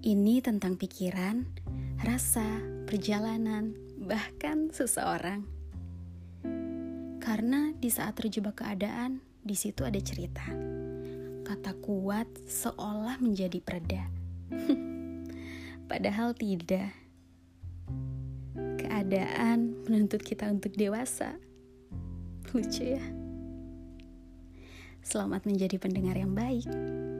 Ini tentang pikiran, rasa, perjalanan, bahkan seseorang. Karena di saat terjebak keadaan, di situ ada cerita. Kata kuat seolah menjadi pereda. Padahal tidak. Keadaan menuntut kita untuk dewasa. Lucu ya? Selamat menjadi pendengar yang baik.